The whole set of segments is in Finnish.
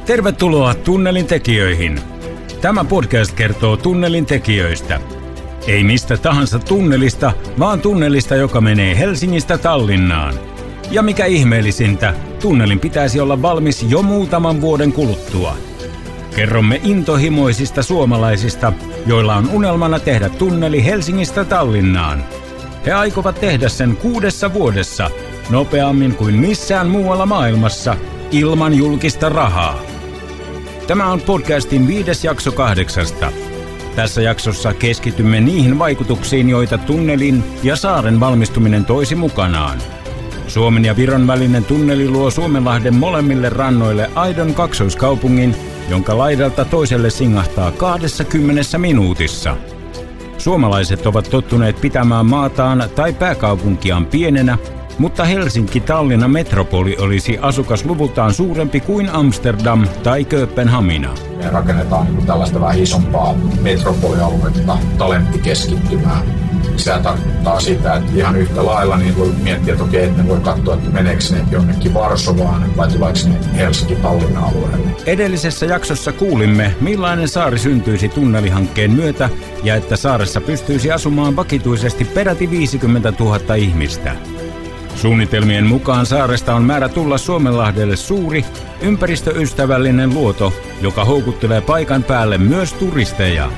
Tervetuloa Tunnelin tekijöihin. Tämä podcast kertoo tunnelin tekijöistä. Ei mistä tahansa tunnelista, vaan tunnelista, joka menee Helsingistä Tallinnaan. Ja mikä ihmeellisintä, tunnelin pitäisi olla valmis jo muutaman vuoden kuluttua. Kerromme intohimoisista suomalaisista, joilla on unelmana tehdä tunneli Helsingistä Tallinnaan. He aikovat tehdä sen 6 vuodessa, nopeammin kuin missään muualla maailmassa, ilman julkista rahaa. Tämä on podcastin 5. jakso 8. Tässä jaksossa keskitymme niihin vaikutuksiin, joita tunnelin ja saaren valmistuminen toisi mukanaan. Suomen ja Viron välinen tunneli luo Suomenlahden molemmille rannoille aidon kaksoiskaupungin, jonka laidalta toiselle singahtaa 20 minuutissa. Suomalaiset ovat tottuneet pitämään maataan tai pääkaupunkiaan pienenä, mutta Helsinki-Tallinnan metropoli olisi asukasluvultaan suurempi kuin Amsterdam tai Kööpenhamina. Me rakennetaan tällaista vähän isompaa metropolialuetta, talenttikeskittymää. Se tarkoittaa sitä, että ihan yhtä lailla niin voi miettiä, että okei, että ne voi katsoa, että meneekö ne jonnekin Varsovaan vai tuleeko ne Helsinki-Tallinnan alueelle. Edellisessä jaksossa kuulimme, millainen saari syntyisi tunnelihankkeen myötä ja että saaressa pystyisi asumaan vakituisesti peräti 50 000 ihmistä. Suunnitelmien mukaan saaresta on määrä tulla Suomenlahdelle suuri, ympäristöystävällinen luoto, joka houkuttelee paikan päälle myös turisteja.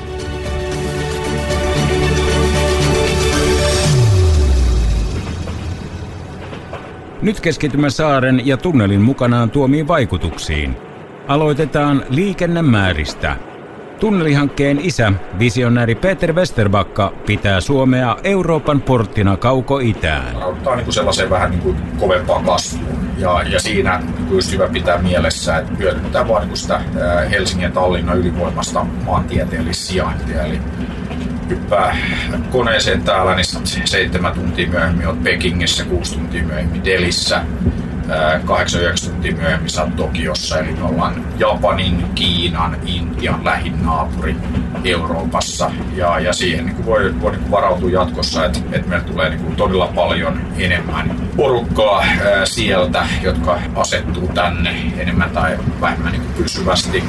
Nyt keskitymme saaren ja tunnelin mukanaan tuomiin vaikutuksiin. Aloitetaan liikennemääristä. Tunnelihankkeen isä, visionääri Peter Vesterbacka, pitää Suomea Euroopan porttina kauko-itään. Tämä on sellaiseen vähän kovempaan kasvuun. Ja siinä olisi hyvä pitää mielessä, että hyödyntää vain sitä Helsingin ja Tallinnan ylivoimasta maantieteellistä sijaintia. Eli hyppää koneeseen täällä, niin 7 tuntia myöhemmin olet Pekingissä, 6 tuntia myöhemmin Delissä, 8-9 tuntia myöhemmin sä oot Tokiossa, eli me ollaan Japanin, Kiinan, Intian lähin naapuri Euroopassa. Ja siihen voi varautua jatkossa, että meillä tulee todella paljon enemmän porukkaa sieltä, jotka asettuu tänne enemmän tai vähemmän pysyvästi.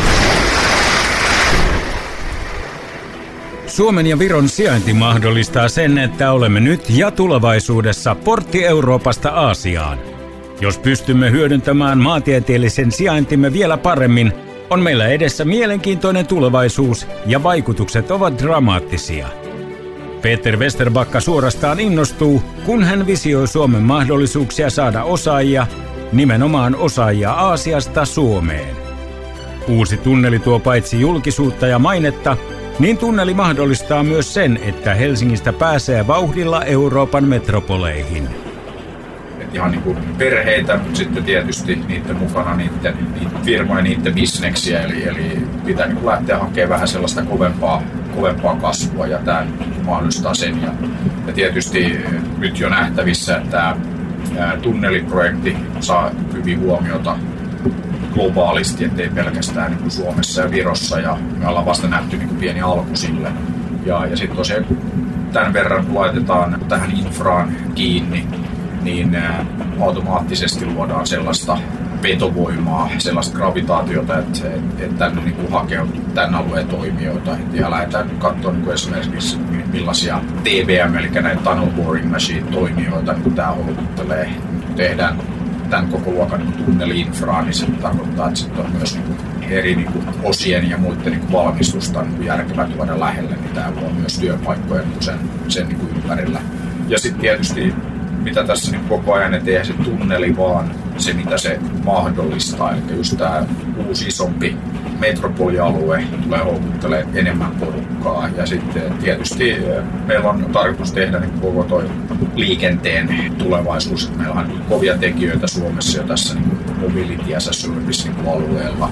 Suomen ja Viron sijainti mahdollistaa sen, että olemme nyt ja tulevaisuudessa portti Euroopasta Aasiaan. Jos pystymme hyödyntämään maantieteellisen sijaintimme vielä paremmin, on meillä edessä mielenkiintoinen tulevaisuus ja vaikutukset ovat dramaattisia. Peter Vesterbacka suorastaan innostuu, kun hän visioi Suomen mahdollisuuksia saada osaajia, nimenomaan osaajia Aasiasta Suomeen. Uusi tunneli tuo paitsi julkisuutta ja mainetta, niin tunneli mahdollistaa myös sen, että Helsingistä pääsee vauhdilla Euroopan metropoleihin. Ihan perheitä, mutta sitten tietysti niiden mukana niiden firmoja, niiden bisneksiä, eli pitää lähteä hakemaan vähän sellaista kovempaa kasvua, ja tämä mahdollistaa sen. Ja tietysti nyt jo nähtävissä, että tämä tunneliprojekti saa hyvin huomiota globaalisti, ettei pelkästään Suomessa ja Virossa, ja me ollaan vasta nähty pieni alku sille. Ja sitten tosiaan tämän verran laitetaan tähän infraan kiinni, niin automaattisesti luodaan sellaista vetovoimaa, sellaista gravitaatiota, että tänne hakeutuu tämän alueen toimijoita. Ja lähdetään katsomaan esimerkiksi millaisia TBM, eli näitä tunnel boring machine -toimijoita, kun tämä houkuttelee. Tehdään tämän koko luokan tunneli-infraa, niin se tarkoittaa, että sitten on myös eri osien ja muiden valmistusta järkevää tuoda lähelle, niin tämä luo myös työpaikkoja sen ympärillä. Ja sitten tietysti mitä tässä koko ajan, ettei eihän se tunneli, vaan se mitä se mahdollistaa. Eli just tämä uusi isompi metropolialue tulee houkuttelemaan enemmän porukkaa. Ja sitten tietysti meillä on tarkoitus tehdä koko toi liikenteen tulevaisuus. Meillä on kovia tekijöitä Suomessa jo tässä mobility as a service alueella.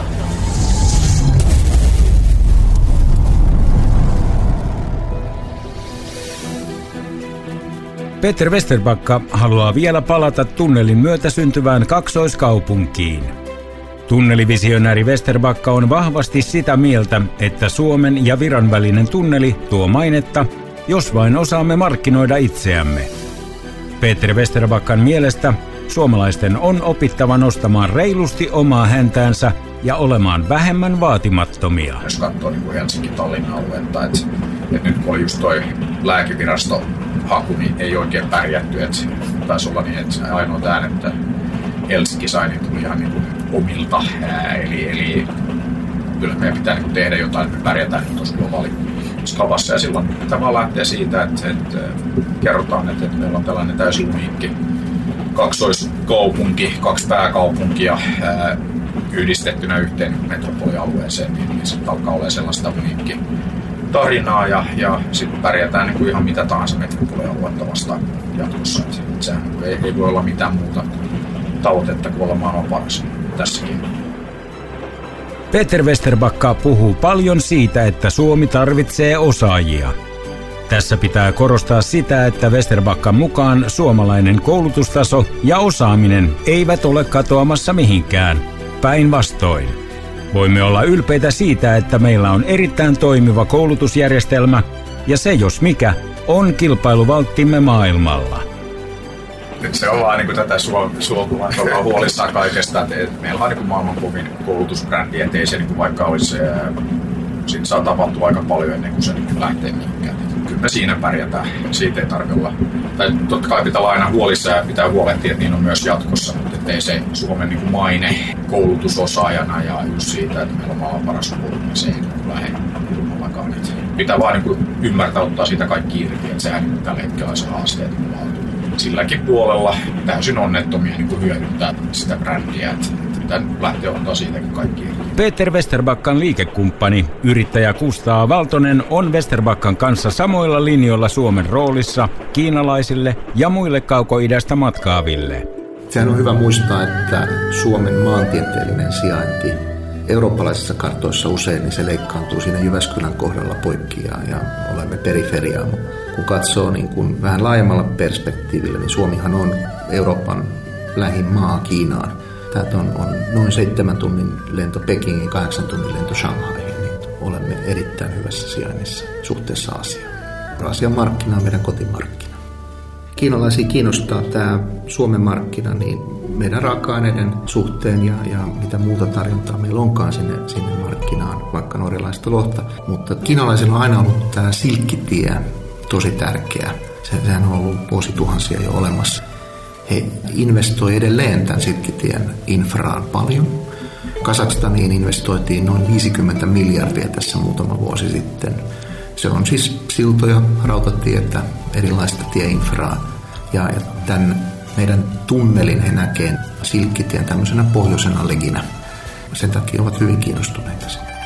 Peter Vesterbacka haluaa vielä palata tunnelin myötä syntyvään kaksoiskaupunkiin. Tunnelivisionääri Vesterbacka on vahvasti sitä mieltä, että Suomen ja Viron välinen tunneli tuo mainetta, jos vain osaamme markkinoida itseämme. Peter Vesterbackan mielestä suomalaisten on opittava nostamaan reilusti omaa häntäänsä ja olemaan vähemmän vaatimattomia. Jos katsoo niin Helsinki-Tallinnan aluetta, että nyt kun oli just toi lääkevirasto haku, niin ei oikein pärjätty. Että taisi olla niin, että ainoa äänet, että Helsinki sai, niin tuli ihan niin kuin omilta. Eli kyllä meidän pitää niin kuin tehdä jotain, että me pärjätään niin tuossa globaalikavassa. Ja silloin tämä lähtee siitä, että kerrotaan, että meillä on tällainen täysin uniikki kaksoiskaupunki, 2 pääkaupunkia yhdistettynä yhteen metropolialueeseen, niin se alkaa olla sellaista uniikki tarinaa ja sitten pärjätään niin kuin ihan mitä tahansa metropolialuetta vastaan jatkossa. Sehän ei voi olla mitään muuta tavoitetta kuin olla maailman paras tässäkin. Peter Vesterbacka puhuu paljon siitä, että Suomi tarvitsee osaajia. Tässä pitää korostaa sitä, että Vesterbackan mukaan suomalainen koulutustaso ja osaaminen eivät ole katoamassa mihinkään. Päinvastoin. Voimme olla ylpeitä siitä, että meillä on erittäin toimiva koulutusjärjestelmä, ja se jos mikä on kilpailuvalttimme maailmalla. Nyt se ollaan niin tätä suomalaista ollaan huolissaan kaikesta, että meillä on niin maailman kovin koulutusbrändi, ettei se niin vaikka olisi, siitä saa tapahtua aika paljon ennen kuin se niin lähtee mihinkään. Kyllä me siinä pärjätään, siitä ei tarvitse olla. Tai totta kai pitää olla aina huolissaan ja pitää huolehtia, että niin on myös jatkossa, mutta ettei se Suomen niin maine koulutusosaajana ja just siitä, että meillä on maailman paras koulu, niin se ei lähde ilmallakaan. Pitää vaan niin ymmärtää ottaa siitä kaikki irti, että sehän niin tällä hetkellä on se haasteet. Silläkin puolella täysin onnettomia niin hyödyntää sitä brändiä, että pitää lähteä ottaa siitäkin kaikki irti. Peter Vesterbackan liikekumppani, yrittäjä Kustaa Valtonen, on Vesterbackan kanssa samoilla linjoilla Suomen roolissa kiinalaisille ja muille kaukoidästä matkaaville. Sehän on hyvä muistaa, että Suomen maantieteellinen sijainti eurooppalaisissa kartoissa usein niin se leikkaantuu siinä Jyväskylän kohdalla poikki ja olemme periferiaa. Kun katsoo niin kuin vähän laajemmalla perspektiivillä, niin Suomihan on Euroopan lähin maa Kiinaan. Täältä on noin 7 tunnin lento Pekingiin, 8 tunnin lento Shanghaihin. Niin olemme erittäin hyvässä sijainnissa suhteessa Aasiaan. Aasian markkina on meidän kotimarkkina. Kiinalaisia kiinnostaa tämä Suomen markkina niin meidän raaka-aineiden suhteen ja mitä muuta tarjontaa meillä onkaan sinne markkinaan, vaikka norjalaista lohta. Mutta kiinalaisilla on aina ollut tämä silkkitie tosi tärkeä. Sehän on ollut vuosituhansia jo olemassa. He investoi edelleen tämän silkkitien infraan paljon. Kazakstaniin investoitiin noin 50 miljardia tässä muutama vuosi sitten. Se on siis siltoja, rautatietä, erilaista tieinfraa. Ja tämän meidän tunnelin he näkee silkkitien tämmöisenä pohjoisena leginä. Sen takia ovat hyvin kiinnostuneita.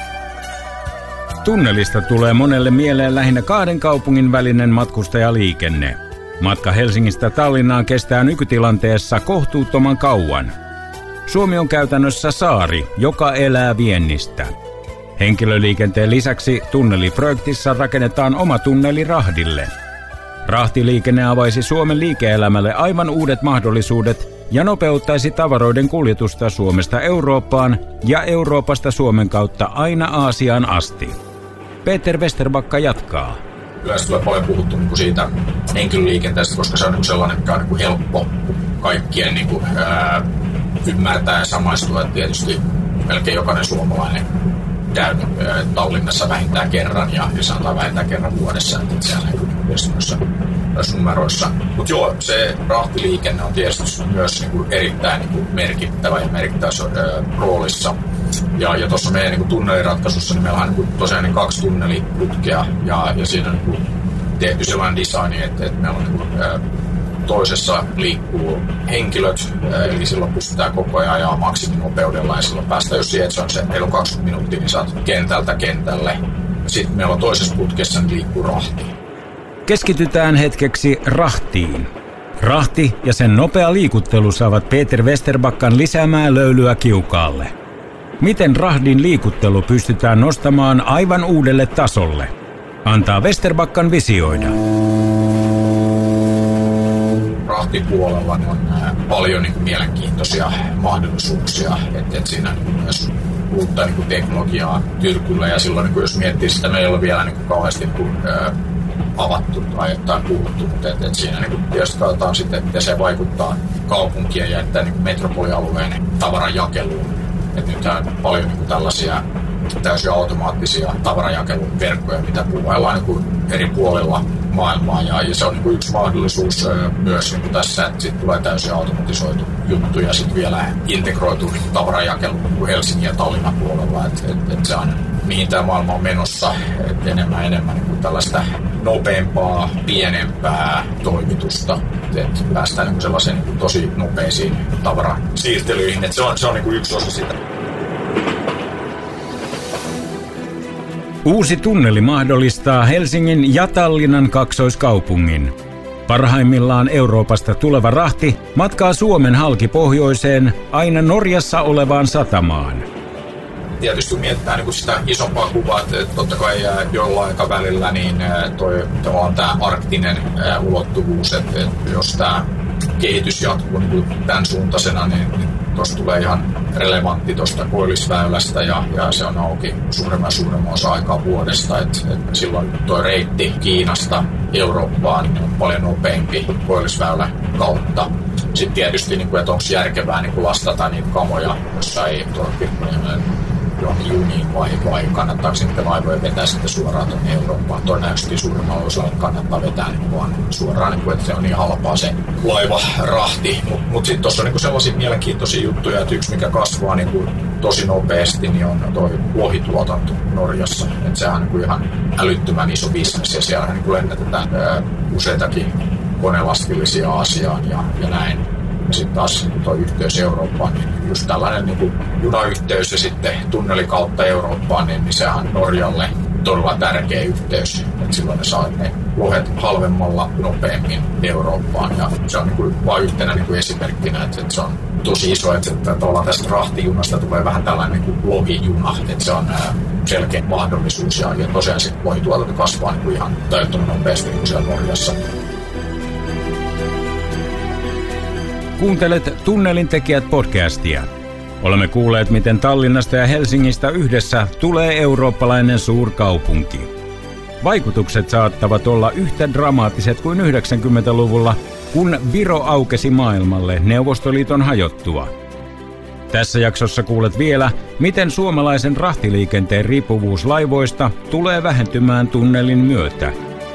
Tunnelista tulee monelle mieleen lähinnä 2 kaupungin välinen matkustajaliikenne. Matka Helsingistä Tallinnaan kestää nykytilanteessa kohtuuttoman kauan. Suomi on käytännössä saari, joka elää viennistä. Henkilöliikenteen lisäksi tunneliprojektissa rakennetaan oma tunneli rahdille. Rahtiliikenne avaisi Suomen liike-elämälle aivan uudet mahdollisuudet ja nopeuttaisi tavaroiden kuljetusta Suomesta Eurooppaan ja Euroopasta Suomen kautta aina Aasiaan asti. Peter Vesterbacka jatkaa. Yleensä tulee paljon puhuttu niin kuin siitä henkilöliikenteestä, koska se on niin sellainen, mikä on niin kuin helppo kaikkien niin kuin, ymmärtää ja samaistua. Että tietysti melkein jokainen suomalainen käy Tallinnassa vähintään kerran ja sanotaan vähintään kerran vuodessa. Että siellä näkyy noissa numeroissa. Mutta joo, se rahtiliikenne on tietysti myös niin kuin erittäin niin kuin merkittävä ja merkittävässä roolissa. Ja tuossa meidän niin kuin tunneliratkaisussa niin meillä on niin tosiaan niin 2 tunneliputkea ja siinä on niin tehty sellainen designi, että meillä on niin kuin, toisessa liikkuu henkilöt, eli silloin pystytään koko ajan ajaa maksiminopeudella ja silloin päästään, jos siihen, että se on se reilu 20 minuuttia, niin saat kentältä kentälle. Sitten meillä on toisessa putkessa niin liikkuu rahti. Keskitytään hetkeksi rahtiin. Rahti ja sen nopea liikuttelu saavat Peter Vesterbackan lisäämään löylyä kiukaalle. Miten rahdin liikuttelu pystytään nostamaan aivan uudelle tasolle? Antaa Vesterbackan visioida. Rahtipuolella on paljon niin kuin mielenkiintoisia mahdollisuuksia, että siinä on myös uutta niin kuin teknologiaa tyrkyllä ja silloin niin kuin jos miettii sitä, meillä ei ole vielä niin kuin kauheasti avattu tai puhuttu, mutta siinä niin tietysti katsotaan sitten, miten se vaikuttaa kaupunkien ja niin metropolialueen tavarajakeluun. Että nythän on paljon niin tällaisia täysin automaattisia tavarajakelun verkkoja, mitä puhuillaan niin eri puolilla maailmaa. Ja se on niin yksi mahdollisuus myös niin tässä, että sitten tulee täysin automatisoitu juttu ja sitten vielä integroitu niin tavarajakelu niin Helsingin ja Tallinnan puolella. Et se on mihin tämä maailma on menossa, että enemmän niin tällaista nopeampaa, pienempää toimitusta. Että päästään niin sellaiseen niin tosi nopeisiin tavarasiirtelyihin. Että se on niin yksi osa sitä. Uusi tunneli mahdollistaa Helsingin ja Tallinnan kaksoiskaupungin. Parhaimmillaan Euroopasta tuleva rahti matkaa Suomen halki pohjoiseen aina Norjassa olevaan satamaan. Tietysti mietitään niin sitä isompaa kuvaa, että totta kai jollain aikavälillä niin tämä arktinen ulottuvuus, että jos tämä kehitys jatkuu niin tämän suuntaisena, niin tuossa tulee ihan relevantti tuosta Koillisväylästä ja se on auki suuremman osa aikaa vuodesta. Et silloin tuo reitti Kiinasta Eurooppaan on paljon nopeampi Koillisväylän kautta. Sitten tietysti, että onko järkevää lastata niitä kamoja jossain johonkin juniin vai kannattaako niitä laivoja vetää sitten suoraan tuonne Eurooppaan. Todennäköisesti suurimman osalla kannattaa vetää vaan suoraan, että se on niin halpaa se laivarahti. Mutta sitten tuossa on sellaisia mielenkiintoisia juttuja, että yksi mikä kasvaa tosi nopeasti niin on tuo lohituotanto Norjassa. Että sehän on ihan älyttömän iso bisnes ja siellähän lennätetään useitakin konelastillisia Aasiaan ja näin. Ja sitten taas tuo yhteys Eurooppaan, niin just tällainen junayhteys ja sitten tunneli kautta Eurooppaan, niin sehän on Norjalle todella tärkeä yhteys. Et silloin ne saa ne lohet halvemmalla nopeammin Eurooppaan. Ja se on vain yhtenä esimerkkinä, että se on tosi iso, että tästä rahtijunasta tulee vähän tällainen lohijuna. Että se on selkeä mahdollisuus ja tosiaan se lohituotanto kasvaa ihan täyttömän nopeasti siellä Norjassa. Kuuntelet Tunnelin tekijät podcastia. Olemme kuulleet, miten Tallinnasta ja Helsingistä yhdessä tulee eurooppalainen suurkaupunki. Vaikutukset saattavat olla yhtä dramaattiset kuin 90-luvulla, kun Viro aukesi maailmalle Neuvostoliiton hajottua. Tässä jaksossa kuulet vielä, miten suomalaisen rahtiliikenteen riippuvuus laivoista tulee vähentymään tunnelin myötä.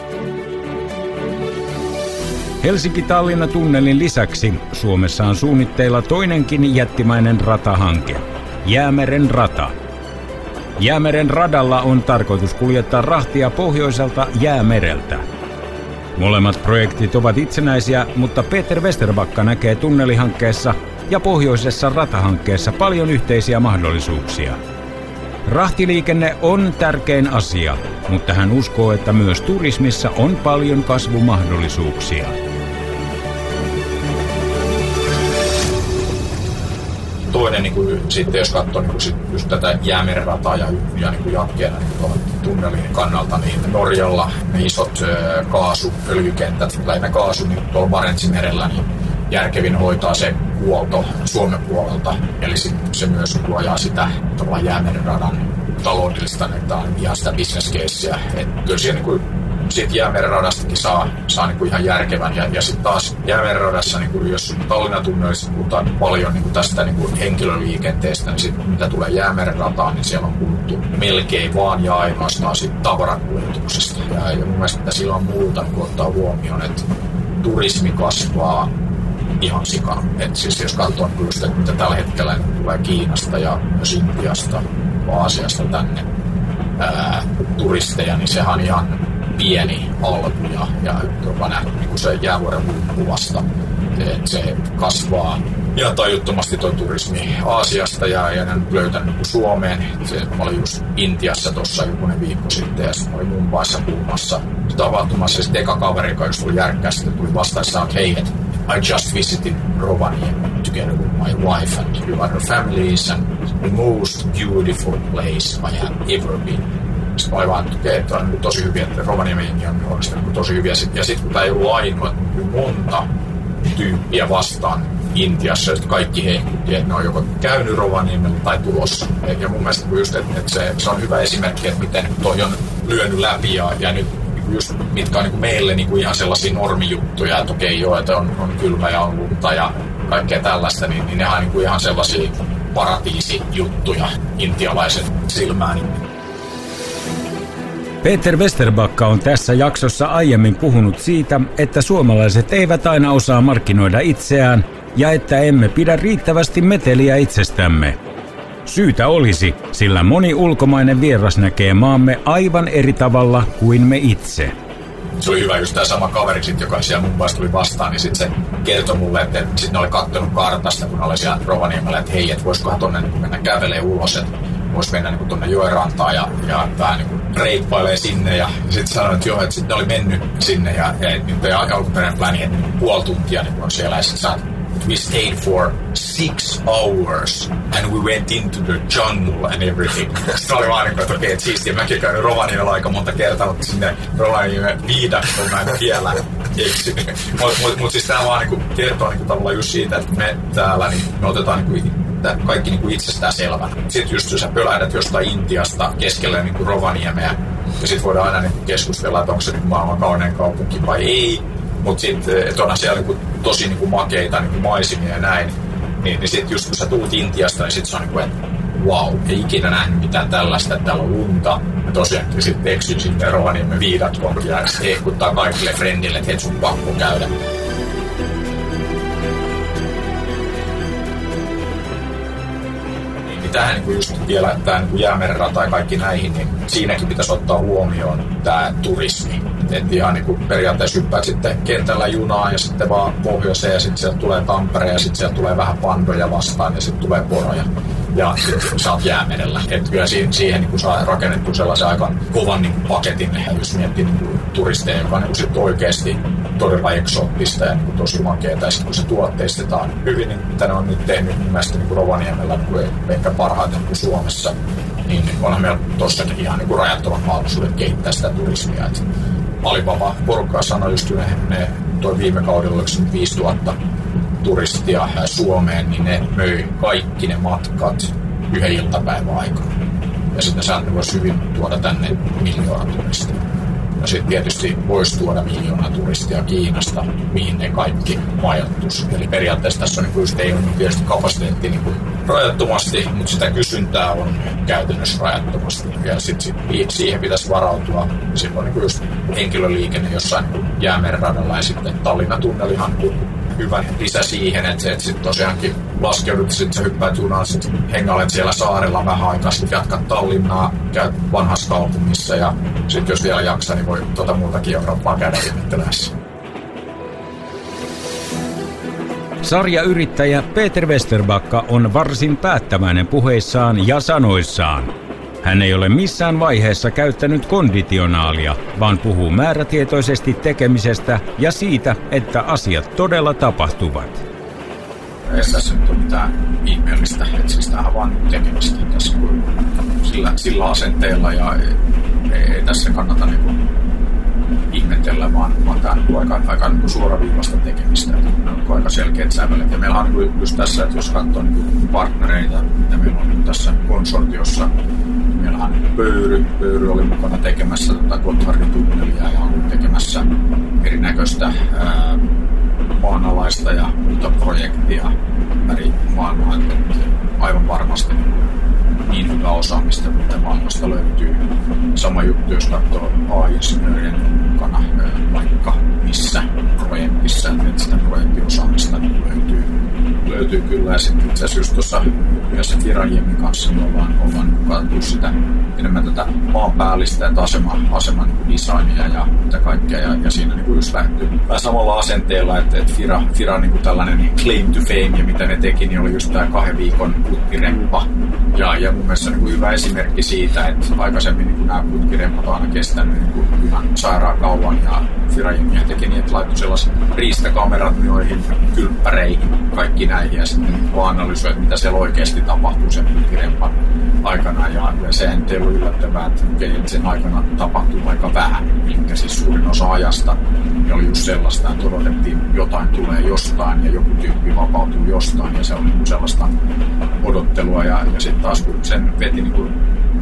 Helsinki-Tallinna-tunnelin lisäksi Suomessa on suunnitteilla toinenkin jättimäinen ratahanke, Jäämeren rata. Jäämeren radalla on tarkoitus kuljettaa rahtia pohjoiselta Jäämereltä. Molemmat projektit ovat itsenäisiä, mutta Peter Westerbacka näkee tunnelihankkeessa ja pohjoisessa ratahankkeessa paljon yhteisiä mahdollisuuksia. Rahtiliikenne on tärkein asia, mutta hän uskoo, että myös turismissa on paljon kasvumahdollisuuksia. Toinen, sitten jos katsoo just tätä Jäämeren rataa ja jatkeena tuolla tunnelin kannalta, niin Norjalla ne isot kaasuöljykentät, lähinnä kaasu tuolla Barentsinmerellä, niin järkevin hoitaa se huolto Suomen puolelta. Eli se myös ajaa sitä Jäämeren radan taloudellista ja sitä business-casea. Kyllä siellä siitä Jäämeren radastakin saa ihan järkevän. Ja sitten taas Jäämeren radassa, jos Tallinnan tunnelissa puhutaan paljon tästä henkilöliikenteestä, niin sit, mitä tulee Jäämeren rataan, niin siellä on puhuttu melkein vaan ja ainoastaan tavarakuljetuksesta. Ja mun mielestä että sillä on muuta ottaa huomioon, että turismi kasvaa ihan sikana. Siis jos katsoo just, että mitä tällä hetkellä tulee Kiinasta ja myös Intiasta, Aasiasta tänne turisteja, niin sehän on ihan pieni alku ja jopa nähty se jäävuoren huippuvasta. Se kasvaa ihan tajuttomasti tuo turismi Aasiasta ja ne on löytänyt Suomeen. Mä olin just Intiassa tuossa jokunen viikko sitten ja sitten mä olin Mumbaissa puhumassa tapahtumassa. Sitten eka kaveri, joka just tuli järkkää, sitten tuli vastaessaan, että hei, I just visited Rovaniemi together with my wife and two other families and the most beautiful place I have ever been. Sitten mä olin vaan, että on tosi hyviä, että Rovaniemi on onnistunut tosi hyviä. Ja sitten kun tämä ei ollut ainoa, monta tyyppiä vastaan Intiassa, että kaikki hehkutti, että ne on joko käynyt Rovaniemellä tai tulossa. Ja mun mielestä just, että se on hyvä esimerkki, että miten toi on lyönyt läpi ja nyt just, mitkä on niin kuin meille niin kuin ihan sellaisia normijuttuja, että okei joo, että on kylmä ja on lunta ja kaikkea tällaista, niin ne on niin kuin ihan sellaisia paratiisijuttuja intialaisen silmään. Peter Westerbacka on tässä jaksossa aiemmin puhunut siitä, että suomalaiset eivät aina osaa markkinoida itseään ja että emme pidä riittävästi meteliä itsestämme. Syytä olisi, sillä moni ulkomainen vieras näkee maamme aivan eri tavalla kuin me itse. Se oli hyvä just tämä sama kaveri, joka siellä Mumbaista tuli vastaan, niin sitten se kertoi mulle, että sitten ne oli katsonut kartasta, kun oli siellä Rovaniemellä, että hei, että voisikohan tonne niin mennä kävelee ulos, että voisi mennä niin tuonne joenrantaan ja vähän niin reippailee sinne. Ja sitten sanoin, että joo, että sitten ne oli mennyt sinne ja nyt ei alkuperäinen pläni, että puoli tuntia niin on siellä ja sitten sä we stayed for 6 hours and we went into the jungle and everything. Sitten oli vaan niin, että okei, että siistiä. Mäkin käynyt Rovaniemellä aika monta kertaa, mutta sinne Rovaniemen viidakkoon mä en vielä eksynyt. Mutta siis tää vaan niin kertoo niin tavallaan just siitä, että me täällä niin me otetaan niin kaikki niin itsestään selvänä. Sitten just jos sä pölähdät jostain Intiasta keskelle niin Rovaniemeä ja sitten voidaan aina niin keskustella, että onko se niin maailman kaunein kaupunki vai ei. Mutta sitten, että onhan siellä tosi makeita maisemia ja näin, niin sitten just kun sä tulet Intiasta, niin sitten se on niin kuin, että wow, ei ikinä nähnyt mitään tällaista, että täällä on lunta. Ja tosiaankin sitten eksyin sitten Rovaniemen viidakkoon ja sitten hehkuttaa kaikille frendille, että hei, sun pakko käydä. Tähän niin just vielä tämä niin Jäämerenrata ja kaikki näihin, niin siinäkin pitäisi ottaa huomioon tämä turismi. Et ihan niin periaatteessa hyppäät sitten kentällä junaa ja sitten vaan pohjoiseen ja sitten sieltä tulee Tampere ja sitten sieltä tulee vähän pandoja vastaan ja sitten tulee poroja. Ja sitten sä oot Jäämerellä. Et kyllä siihen niin saa rakennettua sellaisen aika kovan niin paketin, jos miettii niin turisteja, joka on niin sitten oikeasti todella eksoottista ja niin tosi makeata. Ja sitten kun se tuotteistetaan hyvin, niin mitä ne on nyt tehnyt mielestäni niin Rovaniemellä niin ehkä parhaiten kuin Suomessa, niin onhan meillä tossakin ihan niin rajattomat mahdollisuudet kehittää sitä turismia. Et Alibaba porukkaa sanoi just ne toi viime kaudella oliko 5000 turistia Suomeen, niin ne möi kaikki ne matkat yhden iltapäivän aikana. Ja sitten ne voisi hyvin tuoda tänne 1 000 000 turistia. Ja sitten tietysti voisi tuoda 1 000 000 turistia Kiinasta, mihin ne kaikki majoittuisi. Eli periaatteessa tässä on just, ei ole tietysti kapasiteetti niin rajattomasti, mutta sitä kysyntää on käytännössä rajattomasti. Ja sitten siihen pitäisi varautua. Silloin niin just henkilöliikenne jossain Jäämerenradalla ja sitten Tallinnan tunnelihan hyvä lisä siihen, että sitten tosiaankin laskeudut, sitten sä hyppäät junaan, sitten hengailet siellä saarella vähän aikaa, sitten jatkat Tallinnaa, käyt vanhassa kaupungissa ja sitten jos vielä jaksaa, niin voi muutakin Eurooppaa käydä ihmettelemässä. Sarjayrittäjä Peter Westerbacka on varsin päättäväinen puheissaan ja sanoissaan. Hän ei ole missään vaiheessa käyttänyt konditionaalia, vaan puhuu määrätietoisesti tekemisestä ja siitä, että asiat todella tapahtuvat. Ei tässä nyt ole mitään ihmeellistä, että siis tämähän vaan tekemistä tässä sillä asenteella ja ei tässä kannata niinku ihmetellä, vaan tämä on aika suoraviivasta tekemistä, että on aika selkeät sävelet. Ja meillä on just tässä, että jos katsoo partnereita, mitä meillä on tässä konsortiossa, meillä on Pöyry oli mukana tekemässä Gotthardin tunnelia ja on tekemässä erinäköistä maanalaista ja muuta projektia ympäri maailmaa. Aivan varmasti niin hyvä osaamista, mitä maailmasta löytyy. Sama juttu, jos katsoo AI-insinöörien mukana vaikka missä projektissa, että sitä projektiosaamista löytyy kyllä. Ja sitten itse asiassa just tuossa yhdessä Firajiemin kanssa me ollaan katsottu sitä enemmän tätä maanpäällistä ja aseman designia ja mitä kaikkea. Ja siinä niin just lähdetty vähän samalla asenteella, että Fira niin tällainen claim to fame ja mitä ne teki, niin oli just tämä 2 viikon puttiremppa. Ja mun mielestä niin hyvä esimerkki siitä, että aikaisemmin niin nämä putkirempat on aina kestänyt niin ihan sairaan kauan ja Firajemia teki niin, että laittoi sellaiset riistakamerat noihin kylppäreihin, kaikki näihin ja sitten vaan analysoi, että mitä siellä oikeasti tapahtuu sen putkirempan aikana ja se ei ollut yllättävää, että sen aikana tapahtuu aika vähän. Eli siis suurin osa ajasta niin oli just sellaista, että odotettiin jotain tulee jostain ja joku tyyppi vapautuu jostain ja se oli niin sellaista odottelua ja sitten taas kun sen veti niin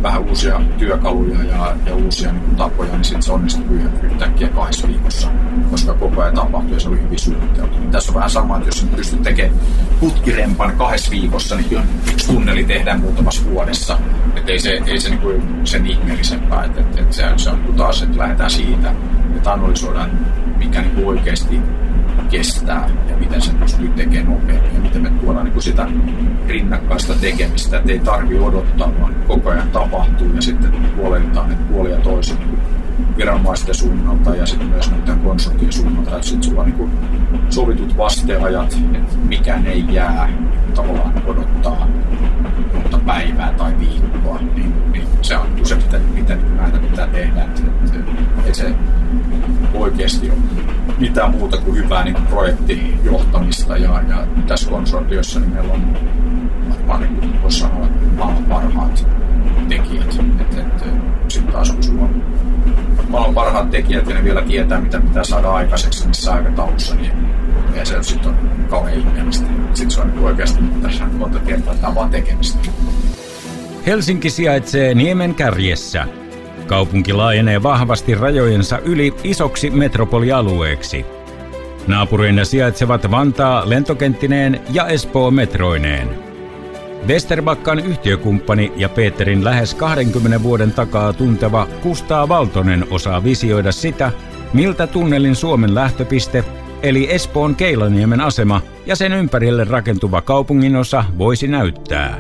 vähän uusia työkaluja ja uusia niin kuin tapoja, niin sitten se onnistui yhtäkkiä 2 viikossa, koska koko ajan tapahtui ja se oli hyvin suunniteltu. Tässä on vähän sama, että jos pystyt tekemään putkirempan 2 viikossa, niin 1 tunneli tehdään muutamassa vuodessa. Että ei se niin kuin sen ihmeellisempää, että se on taas, että lähdetään siitä, että analysoidaan, mikä niin kuin oikeasti kestää ja miten se pystyy tekemään nopeammin ja miten me tuodaan niin kuin sitä rinnakkaista tekemistä, että ei tarvitse odottaa, vaan koko ajan tapahtuu ja sitten huolehditaan ne puoli ja toisin niin viranomaisten suunnalta ja sitten myös näiden konsulttien suunnalta, että sitten sulla on niin kuin sovitut vasteajat, että mikään ei jää tavallaan odottaa monta päivää tai viikkoa, niin se on se, miten näitä pitää tehdä, että ei se oikeasti ole mitään muuta kuin hyvää niin kuin projektijohtamista ja tässä konsortiossa niin meillä on varmaan, niin voisi sanoa, maailman parhaat tekijät. Sitten taas kun sulla on maailman parhaat tekijät ja ne vielä tietää, mitä pitää saada aikaiseksi missä aikataulussa, niin ei se sitten on kauhean ihmeellistä. Sitten se on niin oikeasti tässä monta kertaa, että tämä on vaan tekemistä. Helsinki sijaitsee niemen kärjessä. Kaupunki laajenee vahvasti rajojensa yli isoksi metropolialueeksi. Naapureina sijaitsevat Vantaa lentokenttineen ja Espoo metroineen. Vesterbackan yhtiökumppani ja Peterin lähes 20 vuoden takaa tunteva Kustaa Valtonen osaa visioida sitä, miltä tunnelin Suomen lähtöpiste, eli Espoon Keilaniemen asema ja sen ympärille rakentuva kaupunginosa voisi näyttää.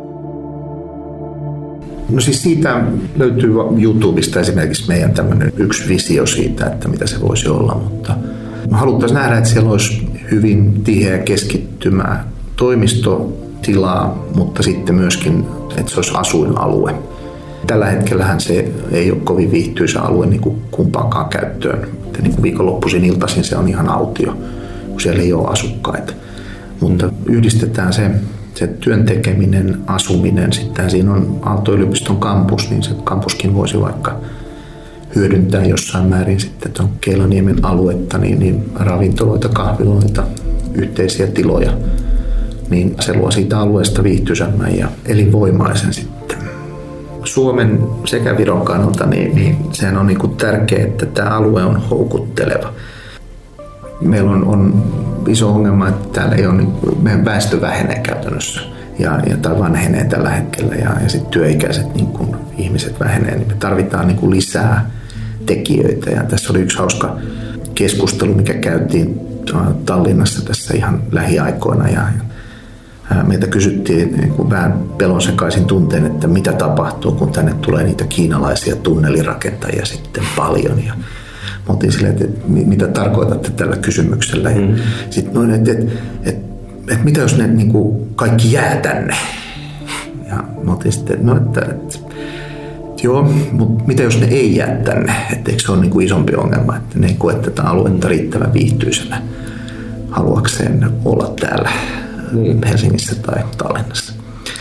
No siis siitä löytyy YouTubesta esimerkiksi meidän tämmöinen yksi visio siitä, että mitä se voisi olla, mutta haluttaisiin nähdä, että siellä olisi hyvin tiheä keskittymä toimistotilaa, mutta sitten myöskin, että se olisi asuinalue. Tällä hetkellähän se ei ole kovin viihtyisä alue niin kuin kumpaankaan käyttöön. Niin kuin viikonloppuisin iltaisin se on ihan autio, kun siellä ei ole asukkaita. Mutta yhdistetään se työn tekeminen, asuminen, sitten siinä on Aalto-yliopiston kampus, niin se kampuskin voisi vaikka hyödyntää jossain määrin sitten tuon Keilaniemen aluetta, niin ravintoloita, kahviloita, yhteisiä tiloja, niin se luo siitä alueesta viihtyisämmän ja elinvoimaisen sitten. Suomen sekä Viron kannalta, niin sehän on niin tärkeää, että tämä alue on houkutteleva. Meillä on iso ongelma, että täällä ei ole, meidän väestö vähenee käytännössä tai vanhenee tällä hetkellä ja sitten työikäiset niin kun ihmiset vähenee, niin me tarvitaan niin kun lisää tekijöitä. Ja tässä oli yksi hauska keskustelu, mikä käytiin Tallinnassa tässä ihan lähiaikoina ja meiltä kysyttiin niin kun vähän pelonsekaisin tunteen, että mitä tapahtuu, kun tänne tulee niitä kiinalaisia tunnelirakentajia sitten paljon. Ja mä oltiin silleen, että mitä tarkoitatte tällä kysymyksellä. Sitten noin, että mitä jos ne niin kuin kaikki jää tänne? Ja mä oltiin sitten, että joo, mutta mitä jos ne ei jää tänne? Että eikö se ole niin kuin isompi ongelma, että ne ei koe tätä aluetta riittävän viihtyisenä haluakseen olla täällä Helsingissä tai Tallinnassa.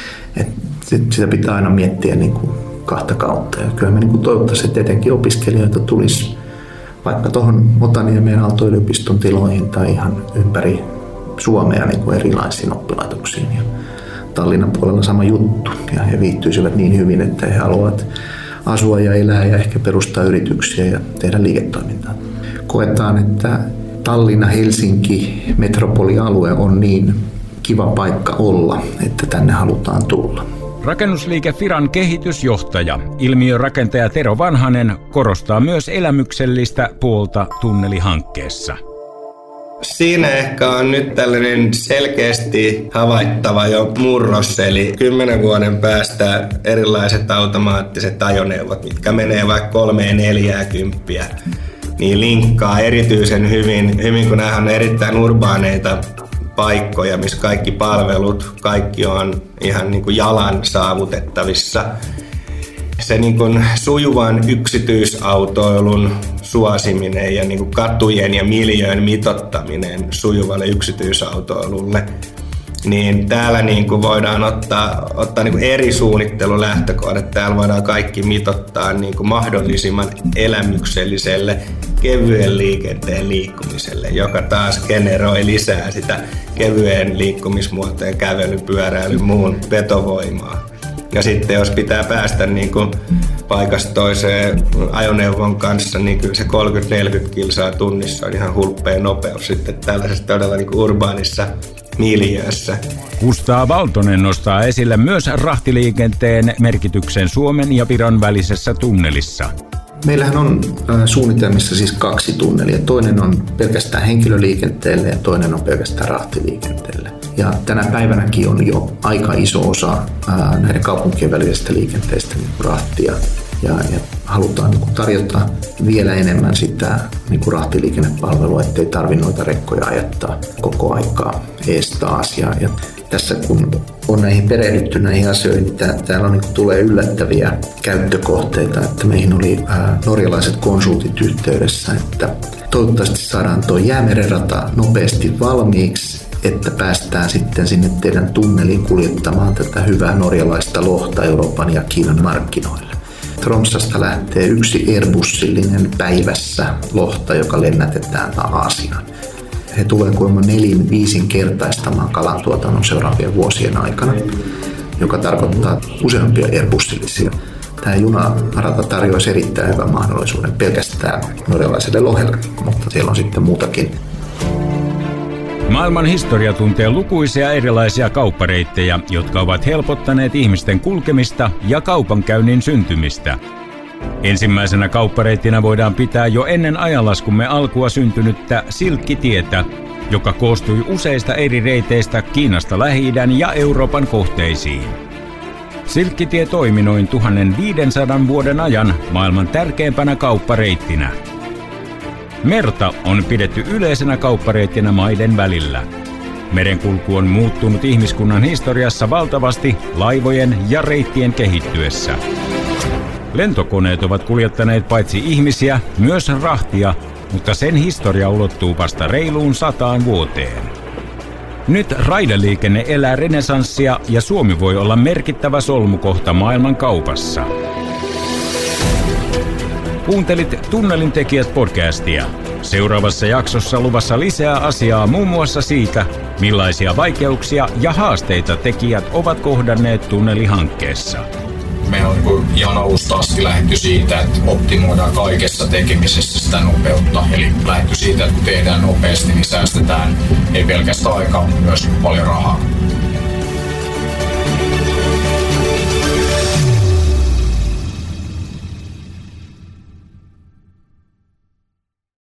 Sitä pitää aina miettiä niin kuin kahta kautta. Ja kyllä me niin kuin toivottavasti, että etenkin opiskelijoita tulisi vaikka tuohon Otaniemeen Aalto-yliopiston tiloihin tai ihan ympäri Suomea niin kuin erilaisiin oppilaitoksiin. Ja Tallinnan puolella sama juttu. Ja he viihtyisivät niin hyvin, että he haluavat asua ja elää ja ehkä perustaa yrityksiä ja tehdä liiketoimintaa. Koetaan, että Tallinna-Helsinki metropolialue on niin kiva paikka olla, että tänne halutaan tulla. Rakennusliike Firan kehitysjohtaja, ilmiörakentaja Tero Vanhanen korostaa myös elämyksellistä puolta tunnelihankkeessa. Siinä ehkä on nyt tällainen selkeästi havaittava jo murros, eli 10 vuoden päästä erilaiset automaattiset ajoneuvot, mitkä menee vaikka 3-40, niin linkkaa erityisen hyvin, kun nämä on erittäin urbaaneita paikkoja, missä kaikki palvelut, kaikki on ihan niin kuin jalan saavutettavissa. Se niin kuin sujuvan yksityisautoilun suosiminen ja niin kuin katujen ja miljöön mitottaminen sujuvalle yksityisautoilulle, niin täällä niin kuin voidaan ottaa niin kuin eri suunnittelulähtökohdat. Täällä voidaan kaikki mitottaa niin kuin mahdollisimman elämykselliselle kevyen liikenteen liikkumiselle, joka taas generoi lisää sitä kevyen liikkumismuotojen, kävelyn, pyöräilyn, muun vetovoimaa. Ja sitten jos pitää päästä niin kuin paikasta toiseen ajoneuvon kanssa, niin kyllä se 30-40 kilsaa tunnissa on ihan hulppea nopeus sitten tällaisessa todella niin kuin urbaanissa miljöössä. Kustaa Valtonen nostaa esille myös rahtiliikenteen merkityksen Suomen ja Viron välisessä tunnelissa. Meillähän on suunnitelmissa siis 2 tunnelia. Toinen on pelkästään henkilöliikenteelle ja toinen on pelkästään rahtiliikenteelle. Ja tänä päivänäkin on jo aika iso osa näiden kaupunkien välisestä liikenteestä rahtia. Ja halutaan tarjota vielä enemmän sitä rahtiliikennepalvelua, ettei tarvitse noita rekkoja ajattaa koko aikaa ees taas. Ja tässä kun on näihin perehdytty näihin asioihin, niin täällä on, tulee yllättäviä käyttökohteita. Että meihin oli norjalaiset konsultit yhteydessä, että toivottavasti saadaan tuo Jäämeren rata nopeasti valmiiksi, että päästään sitten sinne teidän tunneliin kuljettamaan tätä hyvää norjalaista lohta Euroopan ja Kiinan markkinoille. Tromssasta lähtee 1 Airbusillinen päivässä lohta, joka lennätetään Aasiaan. He tulevat kuulemma 4-5-kertaistamaan kalantuotannon seuraavien vuosien aikana, joka tarkoittaa useampia Airbusillisia. Tämä junarata tarjoaisi erittäin hyvän mahdollisuuden pelkästään norjalaiselle lohelle, mutta siellä on sitten muutakin. Maailman historia tuntee lukuisia erilaisia kauppareittejä, jotka ovat helpottaneet ihmisten kulkemista ja kaupankäynnin syntymistä. Ensimmäisenä kauppareittinä voidaan pitää jo ennen ajanlaskumme alkua syntynyttä Silkkitietä, joka koostui useista eri reiteistä Kiinasta Lähi-idän ja Euroopan kohteisiin. Silkkitie toimi noin 1500 vuoden ajan maailman tärkeimpänä kauppareittinä. Merta on pidetty yleisenä kauppareittinä maiden välillä. Merenkulku on muuttunut ihmiskunnan historiassa valtavasti laivojen ja reittien kehittyessä. Lentokoneet ovat kuljettaneet paitsi ihmisiä, myös rahtia, mutta sen historia ulottuu vasta reiluun 100 vuoteen. Nyt raideliikenne elää renesanssia ja Suomi voi olla merkittävä solmukohta maailman kaupassa. Kuuntelit Tunnelin tekijät -podcastia. Seuraavassa jaksossa luvassa lisää asiaa muun muassa siitä, millaisia vaikeuksia ja haasteita tekijät ovat kohdanneet tunnelihankkeessa. Meillä on ihan alusta asti lähdetty siitä, että optimoidaan kaikessa tekemisessä sitä nopeutta. Eli lähdetty siitä, että kun tehdään nopeasti, niin säästetään ei pelkästään aikaa, mutta myös paljon rahaa.